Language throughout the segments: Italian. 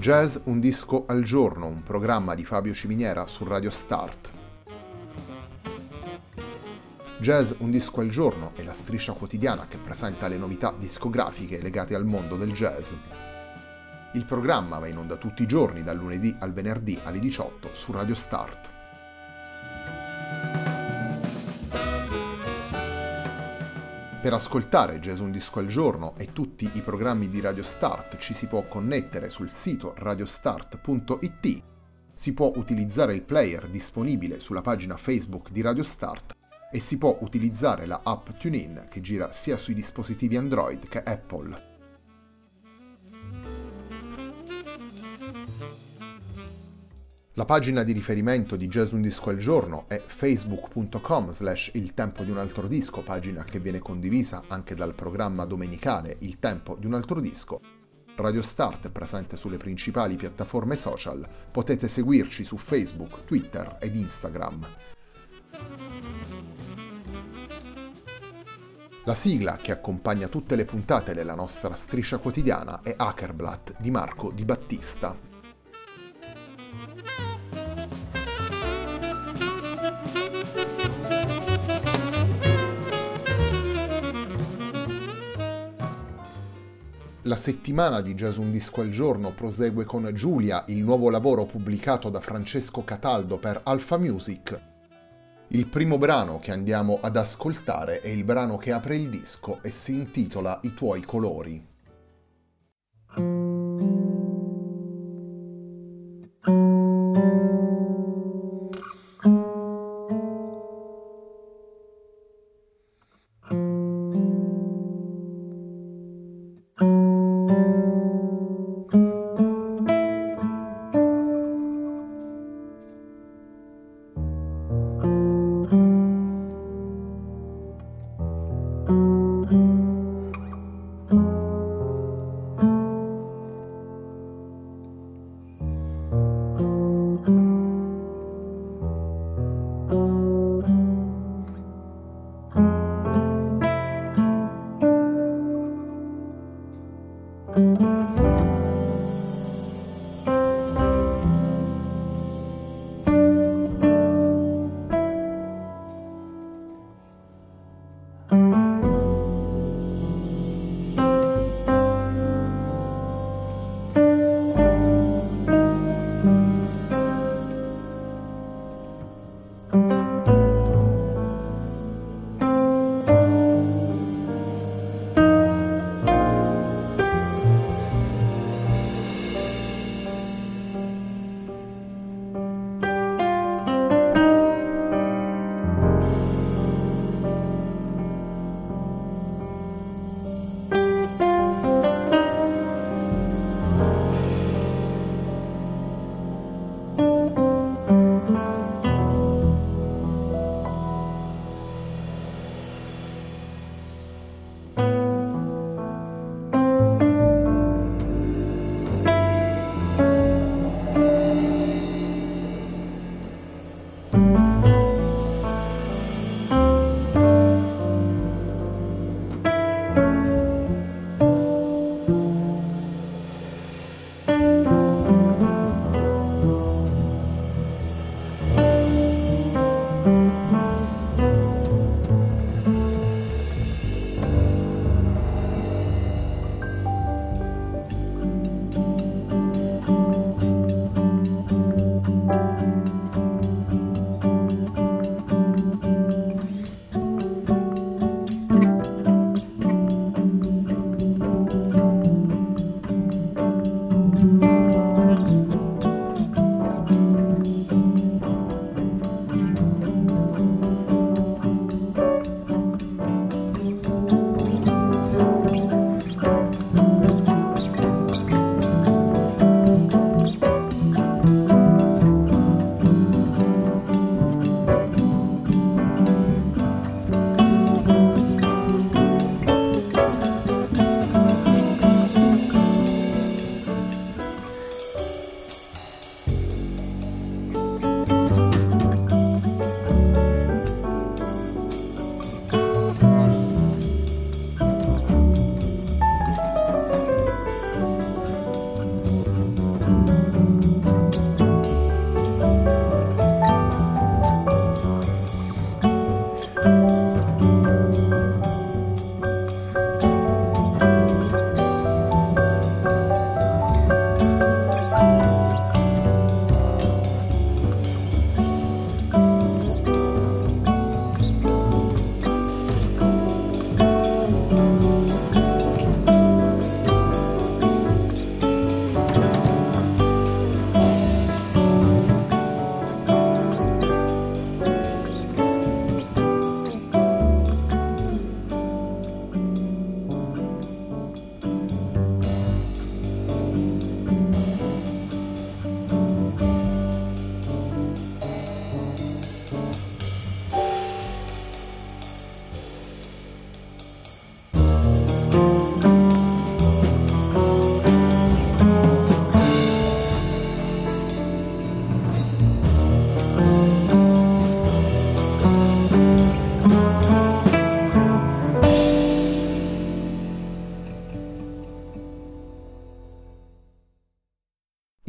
Jazz un disco al giorno, un programma di Fabio Ciminiera su Radio Start. Jazz un disco al giorno è la striscia quotidiana che presenta le novità discografiche legate al mondo del jazz. Il programma va in onda tutti i giorni dal lunedì al venerdì alle 18 su Radio Start. Per ascoltare Jazz un disco al giorno e tutti i programmi di Radio Start ci si può connettere sul sito radiostart.it, si può utilizzare il player disponibile sulla pagina Facebook di Radio Start e si può utilizzare la app TuneIn che gira sia sui dispositivi Android che Apple. La pagina di riferimento di Jazz un disco al giorno è facebook.com/Il tempo di un altro disco, pagina che viene condivisa anche dal programma domenicale Il tempo di un altro disco. Radio Start è presente sulle principali piattaforme social, potete seguirci su Facebook, Twitter ed Instagram. La sigla che accompagna tutte le puntate della nostra striscia quotidiana è Hackerblatt di Marco Di Battista. La settimana di Jazz un disco al giorno prosegue con Giulia, il nuovo lavoro pubblicato da Francesco Cataldo per Alpha Music. Il primo brano che andiamo ad ascoltare è il brano che apre il disco e si intitola I tuoi colori.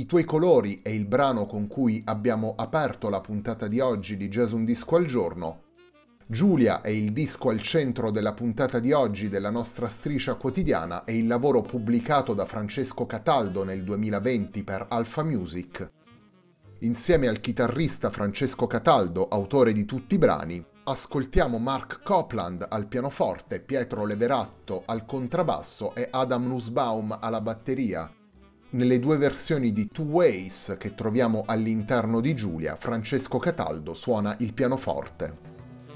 I tuoi colori è il brano con cui abbiamo aperto la puntata di oggi di Jazz Un Disco al Giorno. Giulia è il disco al centro della puntata di oggi della nostra striscia quotidiana e il lavoro pubblicato da Francesco Cataldo nel 2020 per Alpha Music. Insieme al chitarrista Francesco Cataldo, autore di tutti i brani, ascoltiamo Mark Copland al pianoforte, Pietro Leveratto al contrabbasso e Adam Nussbaum alla batteria. Nelle due versioni di Two Ways che troviamo all'interno di Giulia, Francesco Cataldo suona il pianoforte.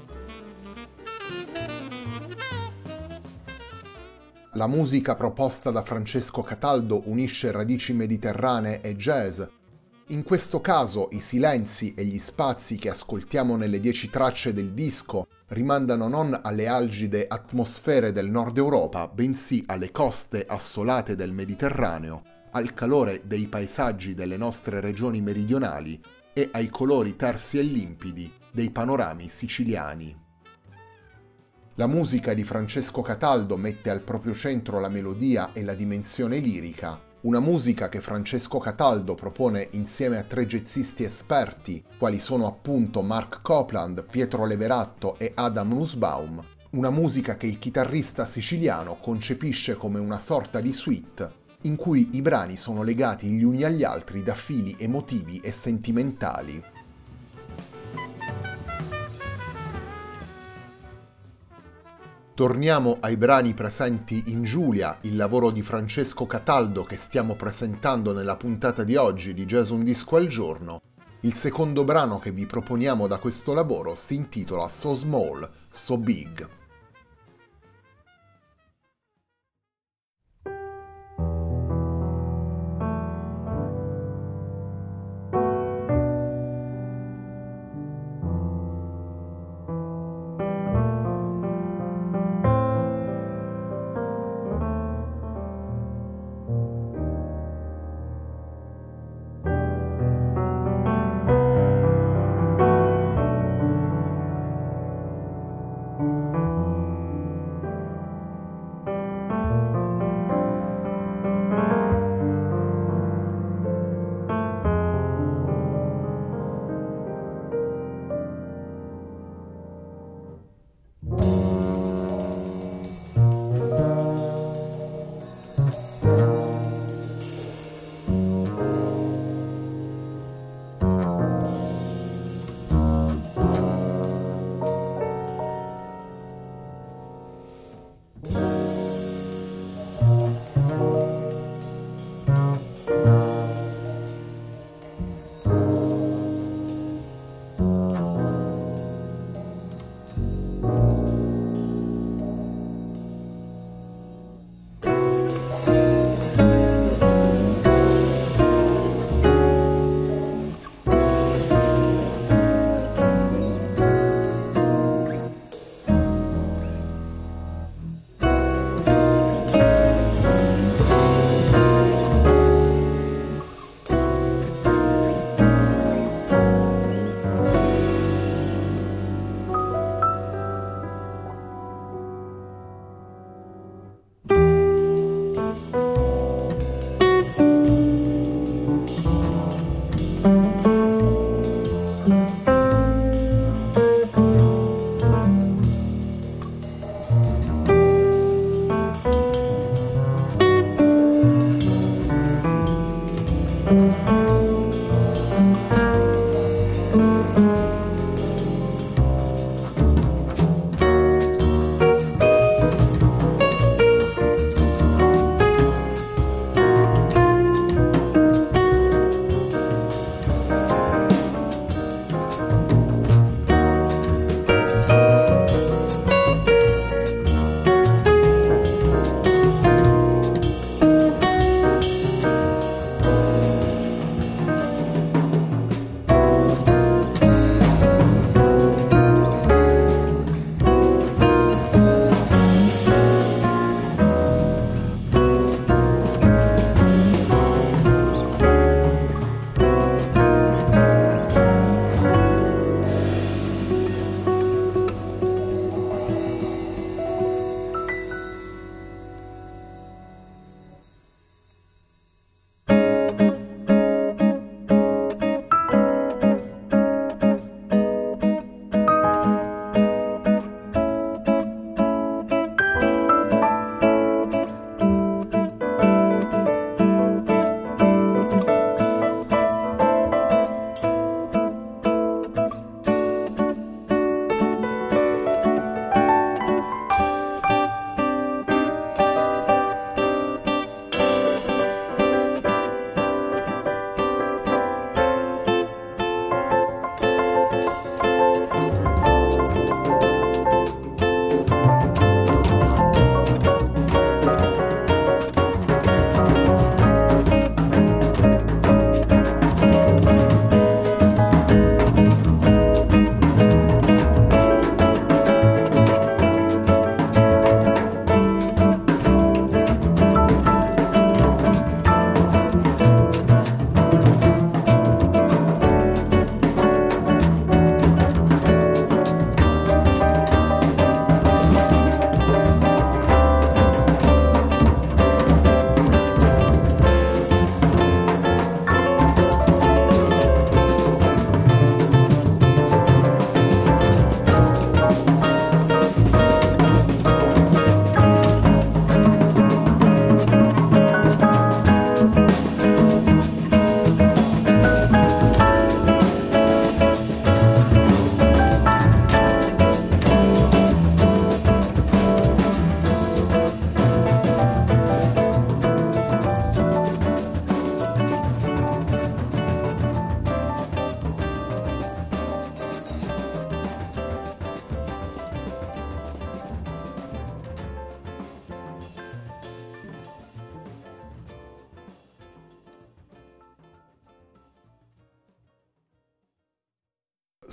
La musica proposta da Francesco Cataldo unisce radici mediterranee e jazz. In questo caso i silenzi e gli spazi che ascoltiamo nelle 10 tracce del disco rimandano non alle algide atmosfere del nord Europa, bensì alle coste assolate del Mediterraneo, al calore dei paesaggi delle nostre regioni meridionali e ai colori tersi e limpidi dei panorami siciliani. La musica di Francesco Cataldo mette al proprio centro la melodia e la dimensione lirica, una musica che Francesco Cataldo propone insieme a 3 jazzisti esperti, quali sono appunto Mark Copland, Pietro Leveratto e Adam Nussbaum, una musica che il chitarrista siciliano concepisce come una sorta di suite, in cui i brani sono legati gli uni agli altri da fili emotivi e sentimentali. Torniamo ai brani presenti in Giulia, il lavoro di Francesco Cataldo che stiamo presentando nella puntata di oggi di Jazz Un Disco al Giorno. Il secondo brano che vi proponiamo da questo lavoro si intitola So Small, So Big.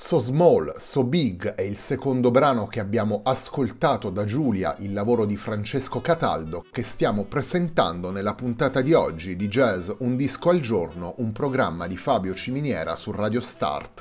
So Small, So Big è il secondo brano che abbiamo ascoltato da Giulia, il lavoro di Francesco Cataldo, che stiamo presentando nella puntata di oggi di Jazz Un Disco al Giorno, un programma di Fabio Ciminiera su Radio Start.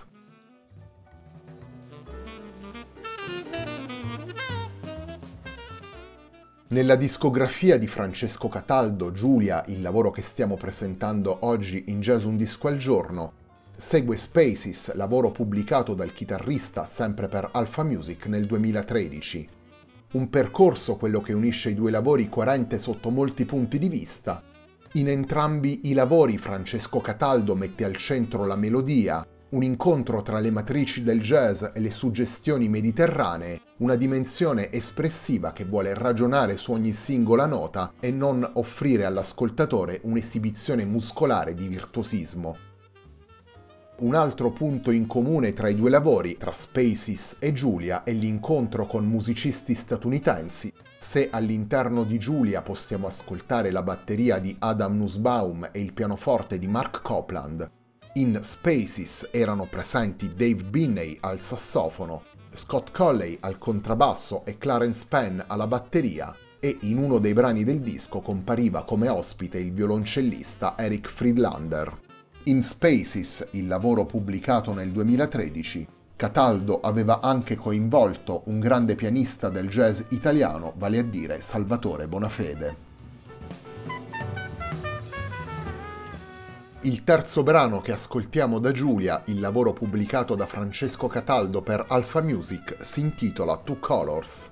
Nella discografia di Francesco Cataldo, Giulia, il lavoro che stiamo presentando oggi in Jazz Un Disco al Giorno, segue Spaces, lavoro pubblicato dal chitarrista sempre per Alpha Music nel 2013. Un percorso, quello che unisce i due lavori, coerente sotto molti punti di vista. In entrambi i lavori Francesco Cataldo mette al centro la melodia, un incontro tra le matrici del jazz e le suggestioni mediterranee, una dimensione espressiva che vuole ragionare su ogni singola nota e non offrire all'ascoltatore un'esibizione muscolare di virtuosismo. Un altro punto in comune tra i due lavori, tra Spaces e Giulia, è l'incontro con musicisti statunitensi. Se all'interno di Giulia possiamo ascoltare la batteria di Adam Nussbaum e il pianoforte di Mark Copland, in Spaces erano presenti Dave Binney al sassofono, Scott Colley al contrabbasso e Clarence Penn alla batteria, e in uno dei brani del disco compariva come ospite il violoncellista Eric Friedlander. In Spaces, il lavoro pubblicato nel 2013, Cataldo aveva anche coinvolto un grande pianista del jazz italiano, vale a dire Salvatore Bonafede. Il terzo brano che ascoltiamo da Giulia, il lavoro pubblicato da Francesco Cataldo per Alpha Music, si intitola Two Colors.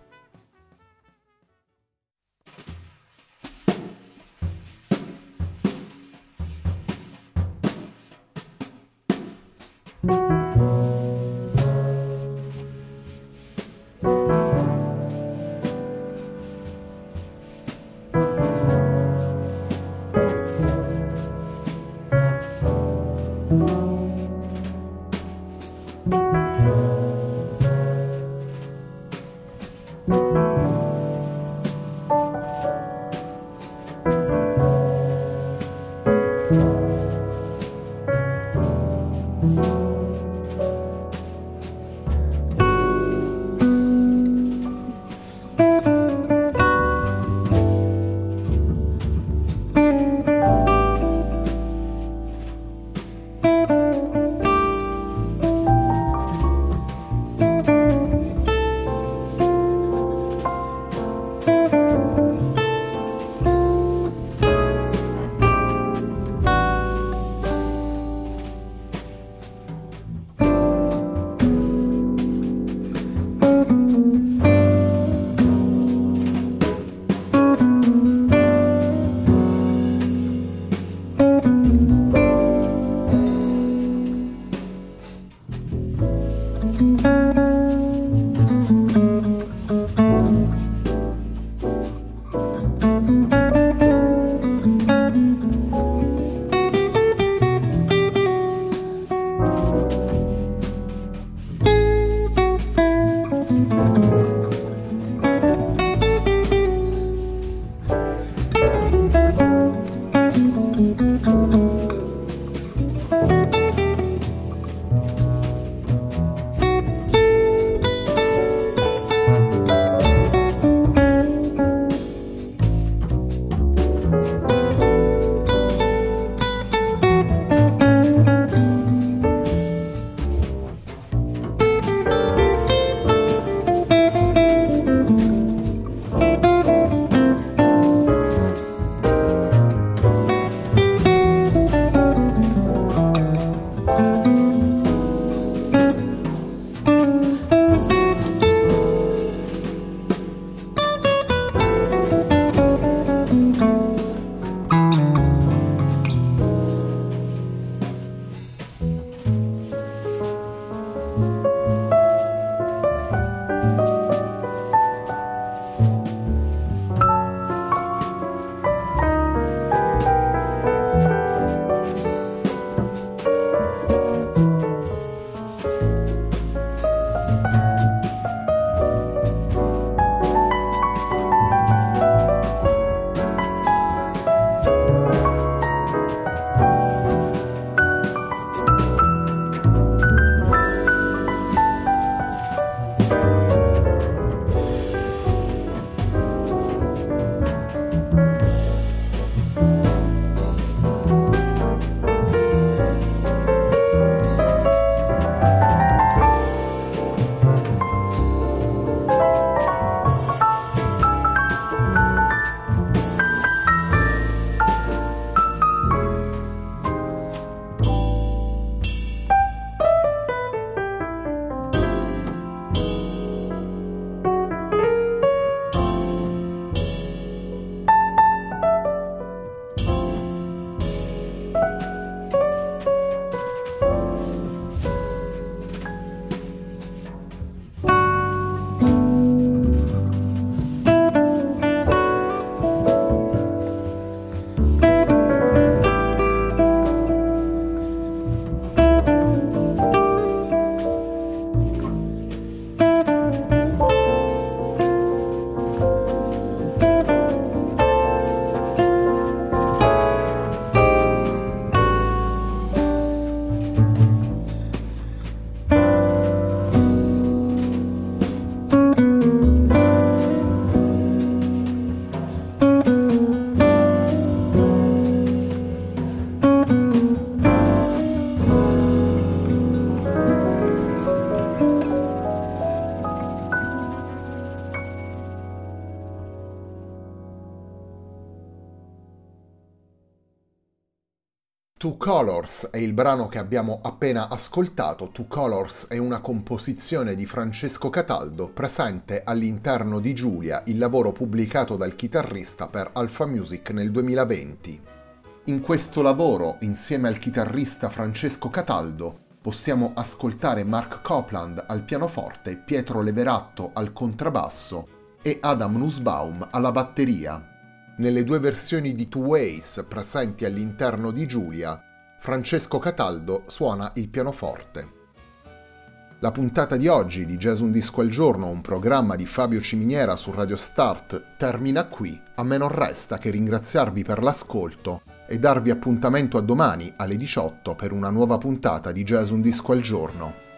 Two Colors è il brano che abbiamo appena ascoltato. Two Colors è una composizione di Francesco Cataldo presente all'interno di Giulia, il lavoro pubblicato dal chitarrista per Alpha Music nel 2020. In questo lavoro, insieme al chitarrista Francesco Cataldo, possiamo ascoltare Mark Copland al pianoforte, Pietro Leveratto al contrabbasso e Adam Nussbaum alla batteria. Nelle due versioni di Two Ways presenti all'interno di Giulia, Francesco Cataldo suona il pianoforte. La puntata di oggi di Jazz Un Disco al Giorno, un programma di Fabio Ciminiera su Radio Start, termina qui. A me non resta che ringraziarvi per l'ascolto e darvi appuntamento a domani alle 18 per una nuova puntata di Jazz Un Disco al Giorno.